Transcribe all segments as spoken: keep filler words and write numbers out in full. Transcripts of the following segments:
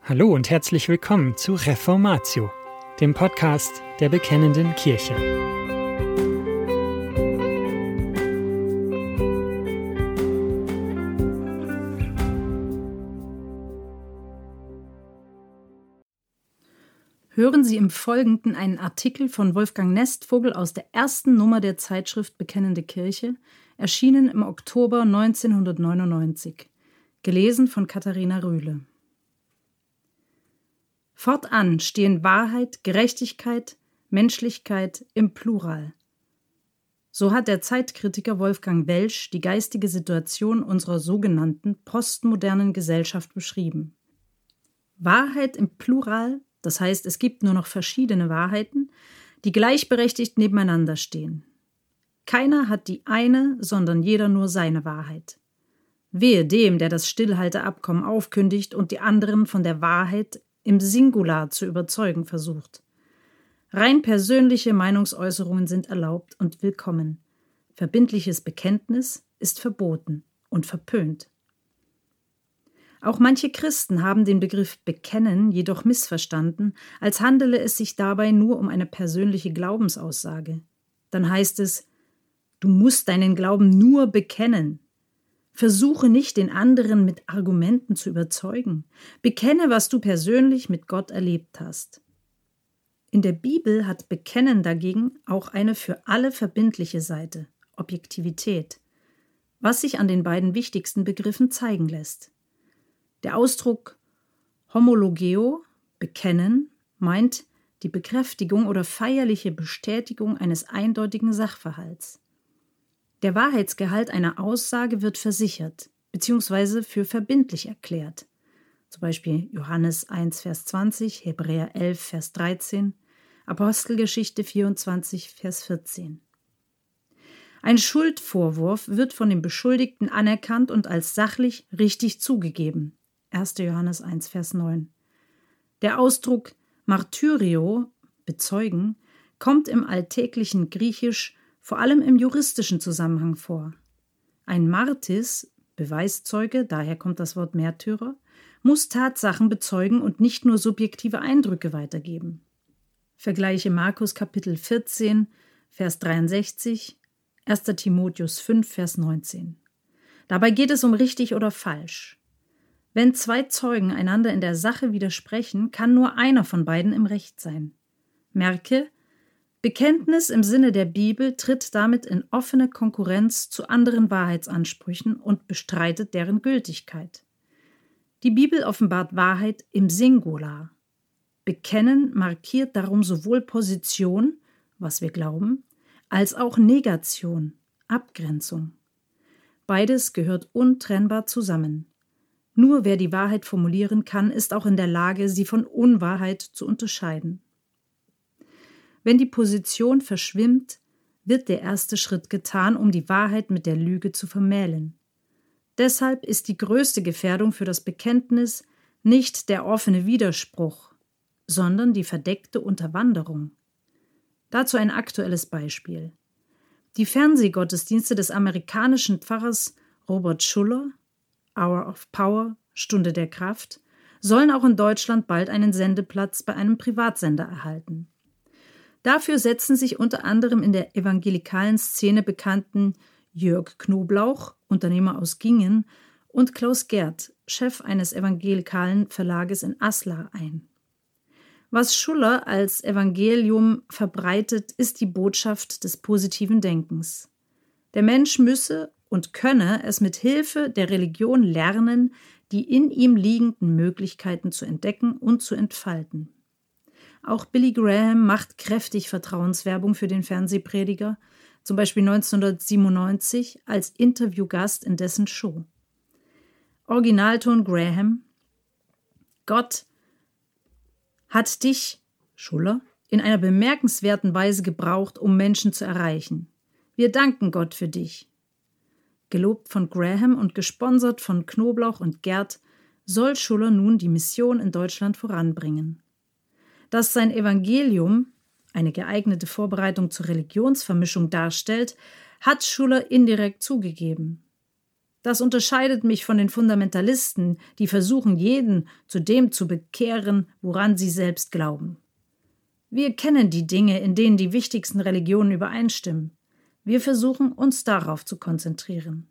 Hallo und herzlich willkommen zu Reformatio, dem Podcast der Bekennenden Kirche. Hören Sie im Folgenden einen Artikel von Wolfgang Nestvogel aus der ersten Nummer der Zeitschrift Bekennende Kirche, erschienen im Oktober neunzehnhundertneunundneunzig, gelesen von Katharina Rühle. Fortan stehen Wahrheit, Gerechtigkeit, Menschlichkeit im Plural. So hat der Zeitkritiker Wolfgang Welsch die geistige Situation unserer sogenannten postmodernen Gesellschaft beschrieben. Wahrheit im Plural, das heißt, es gibt nur noch verschiedene Wahrheiten, die gleichberechtigt nebeneinander stehen. Keiner hat die eine, sondern jeder nur seine Wahrheit. Wehe dem, der das Stillhalteabkommen aufkündigt und die anderen von der Wahrheit im Singular zu überzeugen versucht. Rein persönliche Meinungsäußerungen sind erlaubt und willkommen. Verbindliches Bekenntnis ist verboten und verpönt. Auch manche Christen haben den Begriff Bekennen jedoch missverstanden, als handele es sich dabei nur um eine persönliche Glaubensaussage. Dann heißt es, du musst deinen Glauben nur bekennen. Versuche nicht, den anderen mit Argumenten zu überzeugen. Bekenne, was du persönlich mit Gott erlebt hast. In der Bibel hat Bekennen dagegen auch eine für alle verbindliche Seite, Objektivität, was sich an den beiden wichtigsten Begriffen zeigen lässt. Der Ausdruck homologeo, bekennen, meint die Bekräftigung oder feierliche Bestätigung eines eindeutigen Sachverhalts. Der Wahrheitsgehalt einer Aussage wird versichert bzw. für verbindlich erklärt. Zum Beispiel Johannes eins, Vers zwanzig, Hebräer elf, Vers dreizehn, Apostelgeschichte vierundzwanzig, Vers vierzehn. Ein Schuldvorwurf wird von dem Beschuldigten anerkannt und als sachlich richtig zugegeben. erster Johannes eins, Vers neun. Der Ausdruck Martyrio, bezeugen, kommt im alltäglichen Griechisch vor allem im juristischen Zusammenhang vor. Ein Martis, Beweiszeuge, daher kommt das Wort Märtyrer, muss Tatsachen bezeugen und nicht nur subjektive Eindrücke weitergeben. Vergleiche Markus Kapitel vierzehn, Vers dreiundsechzig, erster Timotheus fünf, Vers neunzehn. Dabei geht es um richtig oder falsch. Wenn zwei Zeugen einander in der Sache widersprechen, kann nur einer von beiden im Recht sein. Merke, Bekenntnis im Sinne der Bibel tritt damit in offene Konkurrenz zu anderen Wahrheitsansprüchen und bestreitet deren Gültigkeit. Die Bibel offenbart Wahrheit im Singular. Bekennen markiert darum sowohl Position, was wir glauben, als auch Negation, Abgrenzung. Beides gehört untrennbar zusammen. Nur wer die Wahrheit formulieren kann, ist auch in der Lage, sie von Unwahrheit zu unterscheiden. Wenn die Position verschwimmt, wird der erste Schritt getan, um die Wahrheit mit der Lüge zu vermählen. Deshalb ist die größte Gefährdung für das Bekenntnis nicht der offene Widerspruch, sondern die verdeckte Unterwanderung. Dazu ein aktuelles Beispiel. Die Fernsehgottesdienste des amerikanischen Pfarrers Robert Schuller, Hour of Power, Stunde der Kraft, sollen auch in Deutschland bald einen Sendeplatz bei einem Privatsender erhalten. Dafür setzen sich unter anderem in der evangelikalen Szene bekannten Jörg Knoblauch, Unternehmer aus Gingen, und Klaus Gerd, Chef eines evangelikalen Verlages in Aslar, ein. Was Schuller als Evangelium verbreitet, ist die Botschaft des positiven Denkens. Der Mensch müsse und könne es mit Hilfe der Religion lernen, die in ihm liegenden Möglichkeiten zu entdecken und zu entfalten. Auch Billy Graham macht kräftig Vertrauenswerbung für den Fernsehprediger, zum Beispiel neunzehnhundertsiebenundneunzig als Interviewgast in dessen Show. Originalton Graham: Gott hat dich, Schuller, in einer bemerkenswerten Weise gebraucht, um Menschen zu erreichen. Wir danken Gott für dich. Gelobt von Graham und gesponsert von Knoblauch und Gerd, soll Schuller nun die Mission in Deutschland voranbringen. Dass sein Evangelium eine geeignete Vorbereitung zur Religionsvermischung darstellt, hat Schuller indirekt zugegeben. Das unterscheidet mich von den Fundamentalisten, die versuchen, jeden zu dem zu bekehren, woran sie selbst glauben. Wir kennen die Dinge, in denen die wichtigsten Religionen übereinstimmen. Wir versuchen, uns darauf zu konzentrieren.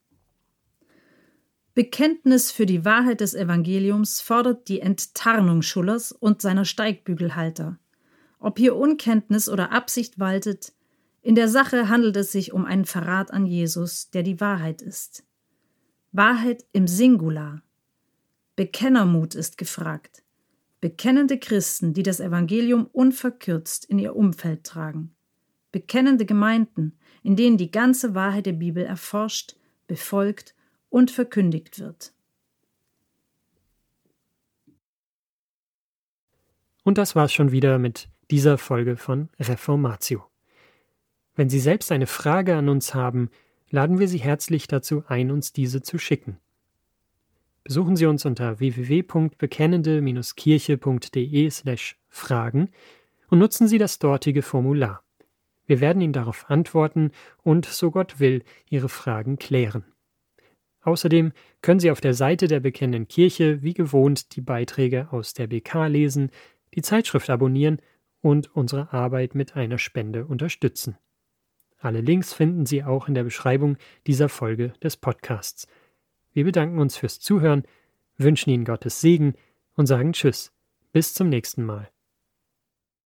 Bekenntnis für die Wahrheit des Evangeliums fordert die Enttarnung Schullers und seiner Steigbügelhalter. Ob hier Unkenntnis oder Absicht waltet, in der Sache handelt es sich um einen Verrat an Jesus, der die Wahrheit ist. Wahrheit im Singular. Bekennermut ist gefragt. Bekennende Christen, die das Evangelium unverkürzt in ihr Umfeld tragen. Bekennende Gemeinden, in denen die ganze Wahrheit der Bibel erforscht, befolgt und verkündigt wird. Und das war's schon wieder mit dieser Folge von Reformatio. Wenn Sie selbst eine Frage an uns haben, laden wir Sie herzlich dazu ein, uns diese zu schicken. Besuchen Sie uns unter w w w punkt bekennende Kirche punkt d e slash fragen und nutzen Sie das dortige Formular. Wir werden Ihnen darauf antworten und, so Gott will, Ihre Fragen klären. Außerdem können Sie auf der Seite der Bekennenden Kirche wie gewohnt die Beiträge aus der B K lesen, die Zeitschrift abonnieren und unsere Arbeit mit einer Spende unterstützen. Alle Links finden Sie auch in der Beschreibung dieser Folge des Podcasts. Wir bedanken uns fürs Zuhören, wünschen Ihnen Gottes Segen und sagen Tschüss, bis zum nächsten Mal.